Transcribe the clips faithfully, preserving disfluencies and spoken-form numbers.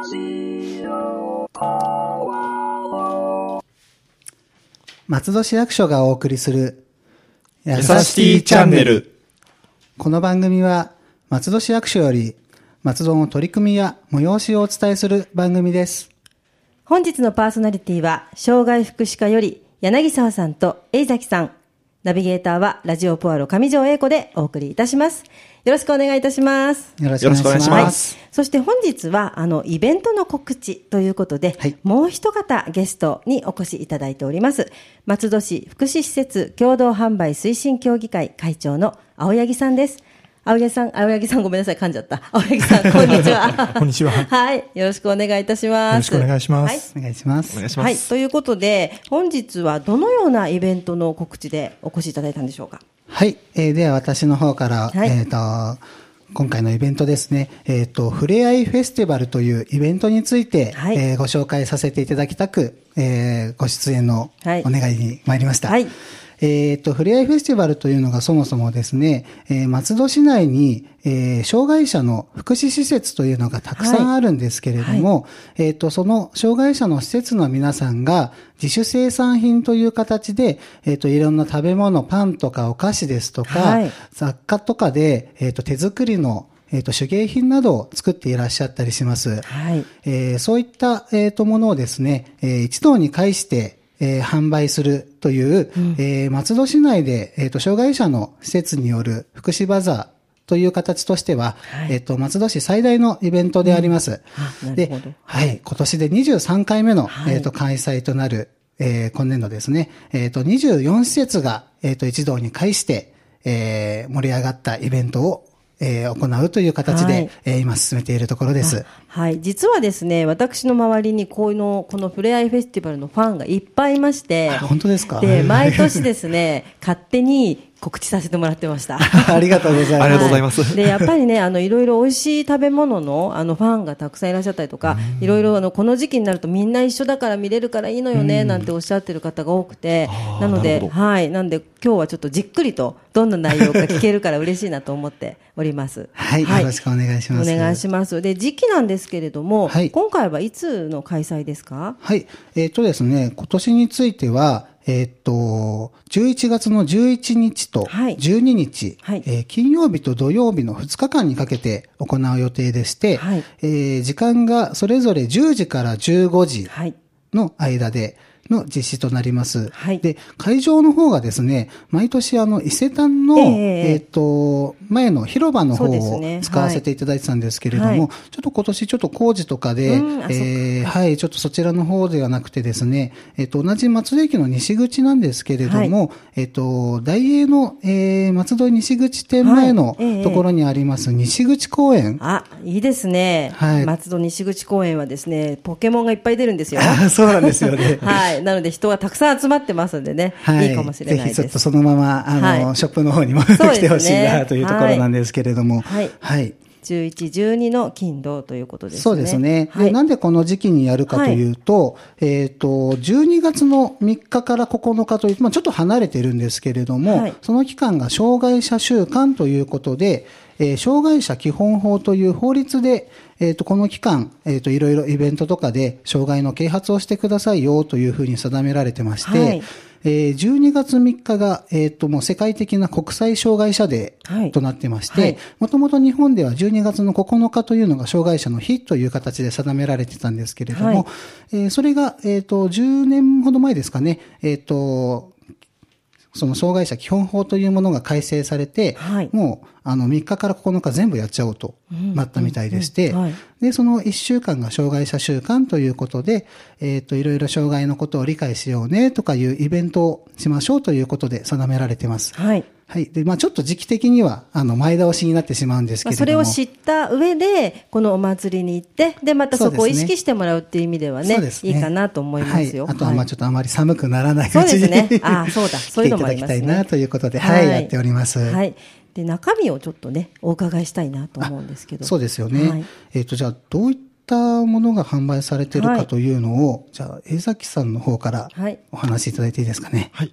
松戸市役所がお送りするやさしティチャンネル。 この番組は松戸市役所より松戸の取り組みや催しをお伝えする番組です。 本日のパーソナリティは障害福祉課より柳沢さんと江崎さん、ナビゲーターはラジオポアロ上条英子でお送りいたします。よろしくお願いいたします。 よろしくお願いします。 はい、そして本日はあのイベントの告知ということで、はい、もう一方ゲストにお越しいただいております。松戸市福祉施設共同販売推進協議会会長の青柳さんです。青柳さん、青柳さんごめんなさい、噛んじゃった。青柳さん、こんにちは。 こんにちは。 はい、よろしくお願いいたします。 よろしくお願いします。 はい、お願いします。 お願いします。 はい、ということで、本日はどのようなイベントの告知でお越しいただいたんでしょうか。 はい、えー、では私の方から、はい、えっと、今回のイベントですね、えっと、ふれあいフェスティバルというイベントについて、はい、えー、ご紹介させていただきたく、えー、ご出演のお願いに参りました。はいはい、えっと、ふれあいフェスティバルというのがそもそもですね、えー、松戸市内に、えー、障害者の福祉施設というのがたくさんあるんですけれども、はいはい、えっと、その障害者の施設の皆さんが自主生産品という形で、えっと、いろんな食べ物、パンとかお菓子ですとか、はい、雑貨とかで、えっと、手作りのえっと、手芸品などを作っていらっしゃったりします。はい、えー、そういった、えっと、ものをですね、えー、一堂に会して、えー、販売するという、うん、えー、松戸市内で、えっと、障害者の施設による福祉バザーという形としては、はい、えっと、松戸市最大のイベントであります。うん、で、はい、今年でにじゅうさんかいめの、はい、えっと、開催となる、えー、今年度ですね、えっと、にじゅうよん施設が、えっと、一堂に会して、えー、盛り上がったイベントをえー、行うという形で、はい、えー、今進めているところです。 はい。実はですね、私の周りにこの、このふれあいフェスティバルのファンがいっぱいいまして。 本当ですか？ で、毎年ですね、勝手に告知させてもらってました。 ありがとうございます。 ありがとうございます。 はい、で、やっぱりね、あの、いろいろ美味しい食べ物の、あの、ファンがたくさんいらっしゃったりとか、いろいろ、あの、この時期になるとみんな一緒だから見れるからいいのよね、なんておっしゃってる方が多くて、なので、はい。なんで、今日はちょっとじっくりと、どんな内容か聞けるから嬉しいなと思っております。 はい。はい、よろしくお願いします。 お願いします。で、時期なんですけれども、はい、今回はいつの開催ですか？ はい。えっとですね、今年については、えっと、じゅういちがつのじゅういちにちとじゅうににち、はい、えー、金曜日と土曜日のふつかかんにかけて行う予定でして、はい、えー、時間がそれぞれじゅうじからじゅうごじの間で、の実施となります。はい、で、会場の方がですね、毎年あの、伊勢丹の、えー、えー、と、前の広場の方を使わせていただいてたんですけれども、ね、はい、ちょっと今年ちょっと工事とかで、うん、えー、はい、ちょっとそちらの方ではなくてですね、えっ、ー、と、同じ松戸駅の西口なんですけれども、はい、えっ、ー、と、大英の、えー、松戸西口店前のところにあります西口公園。 はい、えー、あ、いいですね。はい。松戸西口公園はですね、ポケモンがいっぱい出るんですよ。 そうなんですよね。 はい。なので人がたくさん集まってますんでね、はい、いいかもしれないです。 ぜひちょっとそのまま、あの、はい、ショップの方にも来てほしいなというところなんですけれども、はい。はい。 じゅういち、じゅうにの金土ということですね。 そうですね。はい、で、なんでこの時期にやるかというと、はい、えっと、じゅうにがつのみっかからここのかという、まあちょっと離れてるんですけれども、はい、その期間が障害者週間ということで、えー、障害者基本法という法律で、えっと、この期間、えっと、いろいろイベントとかで障害の啓発をしてくださいよというふうに定められてまして、はい、えー、じゅうにがつみっかが、えっと、もう世界的な国際障害者デーとなってまして、もともと日本ではじゅうにがつのここのかというのが障害者の日という形で定められてたんですけれども、はい、えー、それが、えっと、じゅうねんほど前ですかね、えっと、その障害者基本法というものが改正されて、はい、もう、あの、みっかからここのか全部やっちゃおうとなったみたいでして、うんうんうん、はい、で、そのいっしゅうかんが障害者週間ということで、えっと、いろいろ障害のことを理解しようねとかいうイベントをしましょうということで定められています。はい。はい。で、まあちょっと時期的には、あの、前倒しになってしまうんですけれども。 それを知った上で、このお祭りに行って、で、またそこを意識してもらうっていう意味ではね、ね、いいかなと思いますよ。 はい。あとは、まあちょっとあまり寒くならないうちに、はい、そうですね。 ああ、そうだ。そういうのもありますね。 来ていただきたいなということで、はい、はい、やっております。 はい。で、中身をちょっとね、お伺いしたいなと思うんですけど。 そうですよね。はい、えっと、じゃあ、どういったものが販売されているかというのを、はい、じゃあ、江崎さんの方からお話しいただいていいですかね。 はい。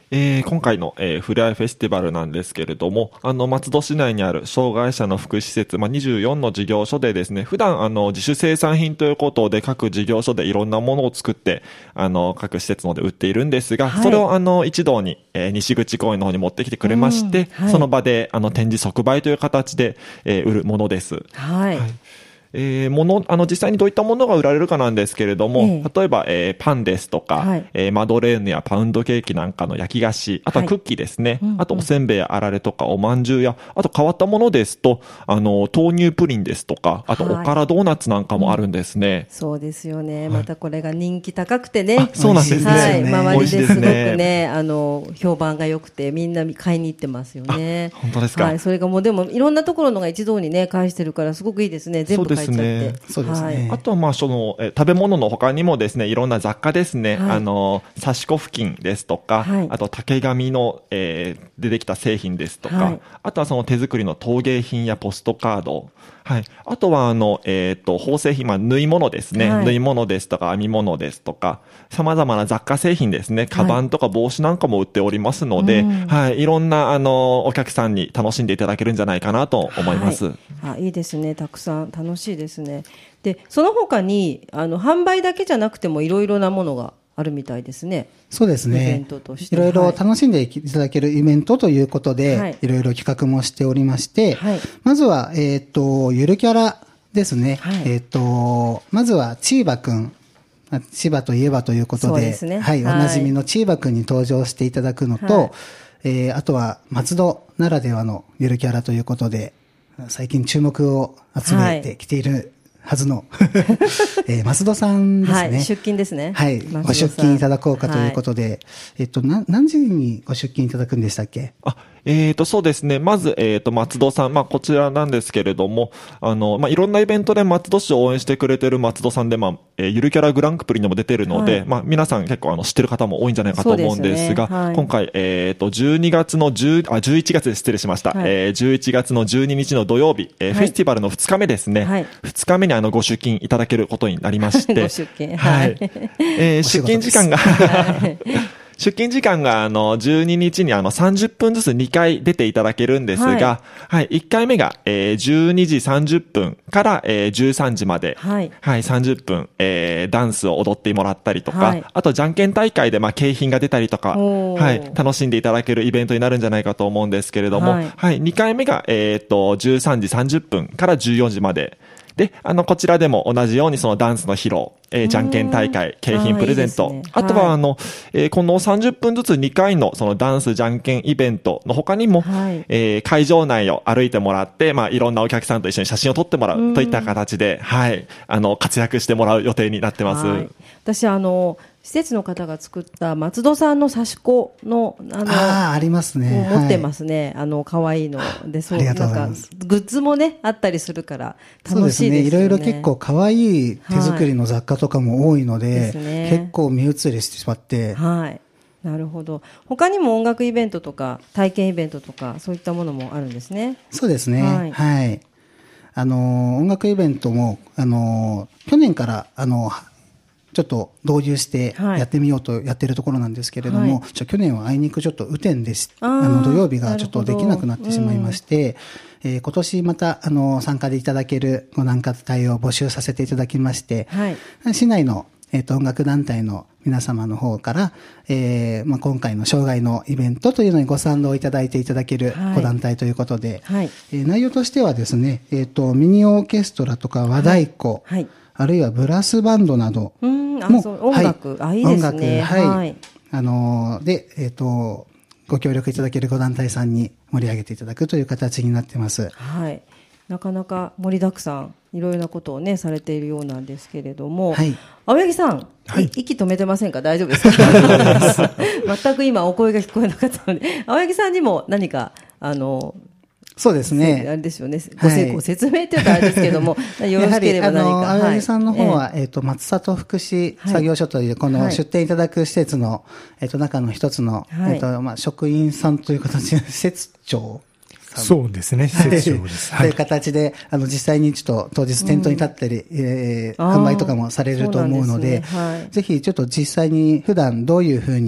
えー、今回の、えー、ふれあいフェスティバルなんですけれども、あの、松戸市内にある障害者の福祉施設、まあ、にじゅうよんの事業所でですね、普段、あの、自主生産品ということで、各事業所でいろんなものを作って、あの、各施設ので売っているんですが、はい、それを、あの、一堂に、えー、西口公園の方に持ってきてくれまして、はい、その場で、あの、展示即売という形で、えー、売るものです。 はい。はいえー、もの、あの、実際にどういったものが売られるかなんですけれども、えー、例えば、えー、パンですとか、はい、えー、マドレーヌやパウンドケーキなんかの焼き菓子、あとはクッキーですね。はいうんうん、あと、おせんべいやあられとか、おまんじゅうや、あと変わったものですと、あの、豆乳プリンですとか、あと、おからドーナツなんかもあるんですね。はいうん、 そうですよね。またこれが人気高くてね。 はい、そうなんですね。 はい。周りですごくね、あの、評判が良くて、みんな買いに行ってますよね。 本当ですか。 はい。それがもう、でも、いろんなところのが一堂にね、返してるから、すごくいいですね。全部買えちゃって。 そうですね。はい、あとはまあそのえ食べ物の他にもですねいろんな雑貨ですね、はい、あの刺し子布巾ですとか、はい、あと竹紙の、えー、でできた製品ですとか、はい、あとはその手作りの陶芸品やポストカード、はい、あとはあのえっ、ー、と縫製品、まあ縫い物ですね、はい、縫い物ですとか編み物ですとか様々な雑貨製品ですね、カバンとか帽子なんかも売っておりますので、はい、はい、いろんなあのお客さんに楽しんでいただけるんじゃないかなと思います。はい、 あ、いいですね、たくさん楽しいですね。でその他にあの販売だけじゃなくてもいろいろなものがあるみたいですね。 そうですね。 イベントとしていろいろ楽しんでいただけるイベントということで、はい、いろいろ企画もしておりまして、はい、まずは、えっと、ゆるキャラですね。はい、えっと、まずはチーバくん。千葉といえばということで、でね、はい、はい、おなじみのチーバくんに登場していただくのと、はい、えー、あとは松戸ならではのゆるキャラということで、最近注目を集めてきているはずの、えー、松戸さんですね。はい、 出勤ですね。 はい、ご出勤いただこうかということで、はい、えっと、な、何時にご出勤いただくんでしたっけ？ あ、えっと、そうですね。まず、えっと、松戸さん、まあ、こちらなんですけれども、あの、まあ、いろんなイベントで松戸市を応援してくれてる松戸さんで、まあ、えー、ゆるキャラグランプリにも出てるので、はい、まあ、皆さん結構あの、知ってる方も多いんじゃないかと思うんですが、すねはい、今回、えっと、じゅうにがつの10、あ、じゅういちがつで失礼しました。はい、えー、じゅういちがつのじゅうににちの土曜日、えーはい、フェスティバルのふつかめですね。はい、ふつかめにあの、ご出勤いただけることになりまして、 ご出勤。はい。 えー、出勤時間が、はい出勤時間が、あの、じゅうににちに、あの、さんじゅっぷんずつにかい出ていただけるんですが、はい、はい、いっかいめが、えー、じゅうにじさんじゅっぷんから、えー、じゅうさんじまで、はい、はい、さんじゅっぷん、えー、ダンスを踊ってもらったりとか、はい、あと、じゃんけん大会で、まあ、景品が出たりとか、はい、楽しんでいただけるイベントになるんじゃないかと思うんですけれども、はい、はい、にかいめが、えっと、じゅうさんじさんじゅっぷんからじゅうよじまで、で、あの、こちらでも同じようにそのダンスの披露、えー、じゃんけん大会、景品プレゼント。あ, いい、ね、あとは、あの、はい、えー、このさんじゅっぷんずつにかいのそのダンスじゃんけんイベントの他にも、はい、えー、会場内を歩いてもらって、まあ、いろんなお客さんと一緒に写真を撮ってもらうといった形で、はい、あの、活躍してもらう予定になってます。はい、 私、あの、施設の方が作った松戸さんの刺し子の、 あの、ああ、ありますね。 持ってますね。はい、あの、可愛いので、そう、なんか、グッズもね、あったりするから楽しいですよね。そうですね。 いろいろ結構可愛い手作りの雑貨とかも多いので、はいですね、結構目移りしてしまって。 はい。なるほど。他にも音楽イベントとか、体験イベントとか、そういったものもあるんですね。 そうですね。はい。はい、あの、音楽イベントも、あの、去年から、あの、ちょっと導入してやってみようとやってるところなんですけれども、はい、去年はあいにくちょっと雨天でし、あの土曜日がちょっとできなくなってしまいまして、うんえー、今年またあの参加でいただけるご団体を募集させていただきまして、はい、市内の、えー、と音楽団体の皆様の方から、えーまあ、今回の障害のイベントというのにご賛同いただいていただけるご団体ということで、はいはいえー、内容としてはですね、えー、とミニオーケストラとか和太鼓、はいはいあるいはブラスバンドなども、あそう音楽、はい、あいいですね。 音楽、はい、はい、あのー、で、えっと、ご協力いただけるご団体さんに盛り上げていただくという形になってます。 はい。なかなか盛りだくさん、いろいろなことをね、されているようなんですけれども、はい。青柳さん、はい、息止めてませんか？大丈夫ですか？全く今お声が聞こえなかったので、青柳さんにも何か、あの、 そうですね。 あれですよね。ご成功説明って言うとあれですけども、よろしければ何か。 やはり、あの、青柳さんの方は、えっと、松里福祉作業所という、この出展いただく施設の、えっと、中の一つの、えっと、まあ、職員さんという形で、施設長そうですね、施設長です。 はい。という形で、あの、実際にちょっと当日店頭に立ったり、えー、販売とかもされると思うので、ぜひちょっと実際に普段どういうふうに、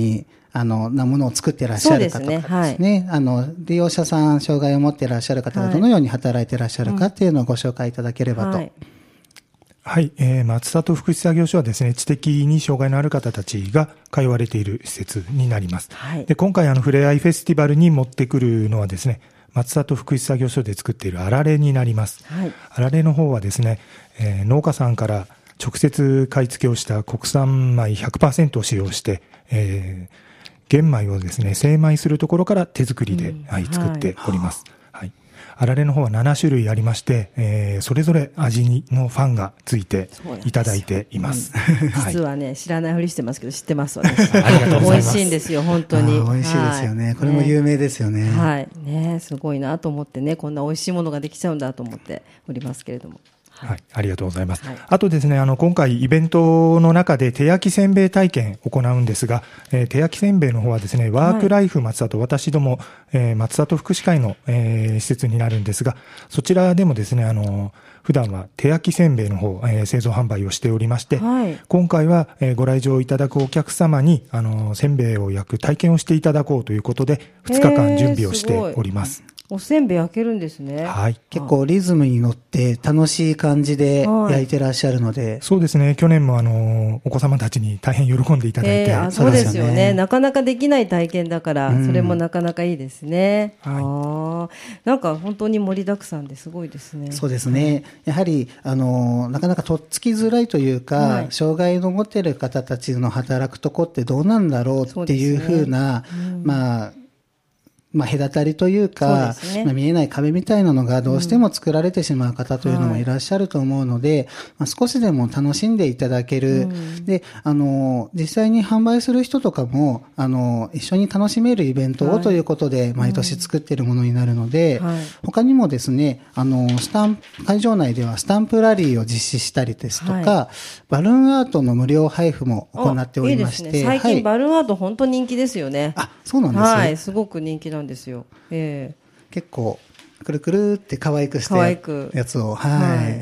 あの、なものを作ってらっしゃるかとかですね。そうですね。はい、あの、利用者さん、障害を持ってらっしゃる方がどのように働いてらっしゃるかっていうのをご紹介いただければと。はい、 はい、えー、松里福祉作業所はですね、知的に障害のある方たちが通われている施設になります。はい、で、今回あの、ふれあいフェスティバルに持ってくるのはですね、松里福祉作業所で作っているあられになります。はい、あられの方はですね、えー、農家さんから直接買い付けをした国産米 ひゃくパーセント を使用して、えー、玄米をですね、精米するところから手作りで、うんはい、作っております。はい。あられの方はななしゅるいありまして、えー、それぞれ味のファンがついていただいています。 うん、実はね、知らないふりしてますけど、知ってます私。ありがとうございます。美味しいんですよ、本当に。 美味しいですよね。はい、これも有名ですよね。 はい。ね、すごいなと思ってね、こんな美味しいものができちゃうんだと思っておりますけれども。 はい、ありがとうございます。はい、あとですね、あの、今回イベントの中で手焼きせんべい体験を行うんですが、えー、手焼きせんべいの方はですね、ワークライフ松里、はい、私ども、えー、松里福祉会の、えー、施設になるんですが、そちらでもですね、あの、普段は手焼きせんべいの方、えー、製造販売をしておりまして、はい、今回は、えー、ご来場いただくお客様に、あの、せんべいを焼く体験をしていただこうということで、ふつかかん準備をしております。 おせんべい焼けるんですね。 はい。結構リズムに乗って楽しい感じで焼いてらっしゃるので。 はい、そうですね。去年もあの、お子様たちに大変喜んでいただいて。えー、 そうですよね。なかなかできない体験だから、それもなかなかいいですね。うん、ああ。なんか本当に盛りだくさんですごいですね。 そうですね。やはり、あの、なかなかとっつきづらいというか、はい、障害の持っている方たちの働くとこってどうなんだろうっていうふうな、うん、まあ、まあ、隔たりというか、そうですね、まあ、見えない壁みたいなのがどうしても作られてしまう方というのもいらっしゃると思うので、うんはいまあ、少しでも楽しんでいただける、うん。で、あの、実際に販売する人とかも、あの、一緒に楽しめるイベントをということで、毎年作っているものになるので、はい、他にもですね、あの、スタンプ、会場内ではスタンプラリーを実施したりですとか、はい、バルーンアートの無料配布も行っておりまして。 いいですね。最近、はい、バルーンアート本当人気ですよね。 あ、そうなんですね。 はい、すごく人気なんですよ。えー、結構くるくるって可愛くしてやつを、はい、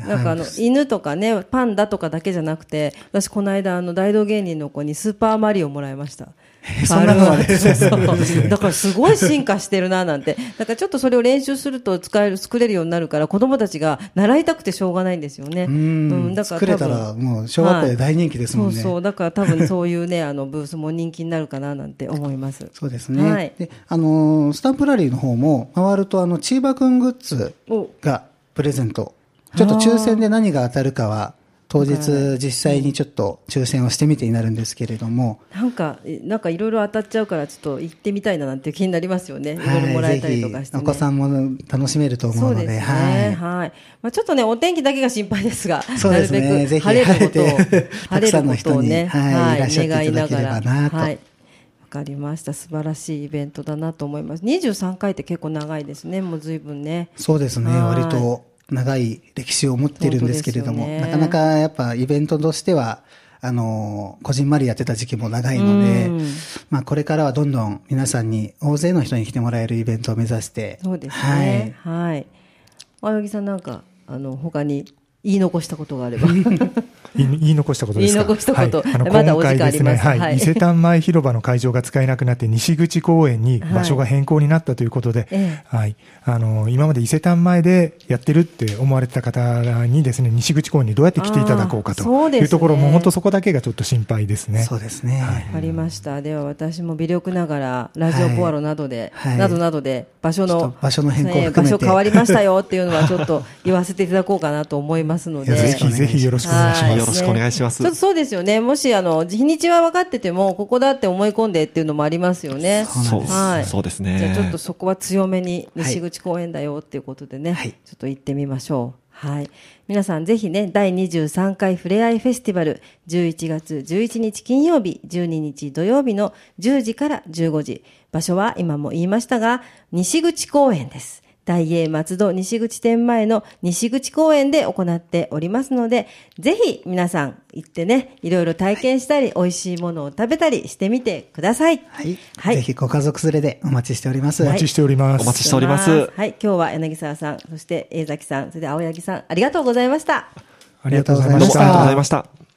はい、なんかあの犬とかねパンダとかだけじゃなくて、私この間あの大道芸人の子にスーパーマリオもらいました。 そんなのはねだからすごい進化してるななんて。だからちょっとそれを練習すると使える作れるようになるから、子供たちが習いたくてしょうがないんですよね。うん、 うん、だから作れたらもう小学校で大人気ですもんね。 はい、そうそう、だから多分そういうねあのブースも人気になるかななんて思います。 そうですね。はい、であのスタンプラリーの方も回るとあのチーバくんグッズがプレゼント。ちょっと抽選で何が当たるかは当日実際にちょっと抽選をしてみてになるんですけれども、 なんかなんかいろいろ当たっちゃうからちょっと行ってみたいななんて気になりますよね。いろいろもらえたりとかして、ね、 お子さんも楽しめると思うので、 そうですね、 はいはい。まあ、ちょっとねお天気だけが心配ですが、 そうですね、 なるべく晴れることを晴れることをね、 はい、はい、願いながら、はい。 わかりました。素晴らしいイベントだなと思います。にじゅうさんかいって結構長いですね。もう随分ね。 そうですね。割と長い歴史を持ってるんですけれども、ね、なかなかやっぱイベントとしてはあのこじんまりやってた時期も長いので、まあこれからはどんどん皆さんに大勢の人に来てもらえるイベントを目指して、 そうですね。はい。はい、青柳さんなんかあの他に言い残したことがあれば言い残したことですか。 言い残したこと、 はい、あのまだお時間あります。 今回ですね、はい、伊勢丹前広場の会場が使えなくなって西口公園に場所が変更になったということで、はいはい、あの今まで伊勢丹前でやってるって思われてた方にですね、西口公園にどうやって来ていただこうかというところも、本当そこだけがちょっと心配ですね。 そうですね。 わ、はい、かりました。では私も微力ながらラジオポアロなどで、はい、などなどで場所の場所の変更を含めて、 場所変わりましたよっていうのはちょっと言わせていただこうかなと思いますので、 ぜひぜひよろしくお願いします。 よろしくお願いします。 ちょっとそうですよね。もしあの日にちは分かっててもここだって思い込んでっていうのもありますよね。 そうです、はい、そうですね。 じゃあちょっとそこは強めに西口公園だよっていうことでね、はい、ちょっと行ってみましょう。はい。皆さんぜひね、だいにじゅうさんかいふれあいフェスティバル、じゅういちがつじゅういちにち金曜日、じゅうににち土曜日のじゅうじからじゅうごじ。場所は今も言いましたが、西口公園です。大英松戸西口店前の西口公園で行っておりますので、ぜひ皆さん行ってね、いろいろ体験したり、はい、美味しいものを食べたりしてみてください。 はい。はい、ぜひご家族連れでお待ちしております。 お待ちしております。 お待ちしております。 はい。今日は柳沢さん、そして江崎さん、それで青柳さん、ありがとうございました。 ありがとうございました。 どうもありがとうございました。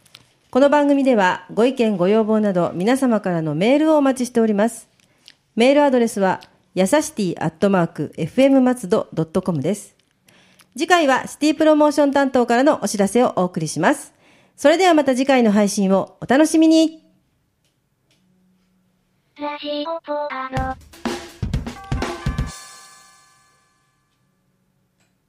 この番組ではご意見ご要望など皆様からのメールをお待ちしております。メールアドレスはやさしティアットマーク エフエム 松戸 ドットコム です。次回はシティプロモーション担当からのお知らせをお送りします。それではまた次回の配信をお楽しみに。ラジオポアロ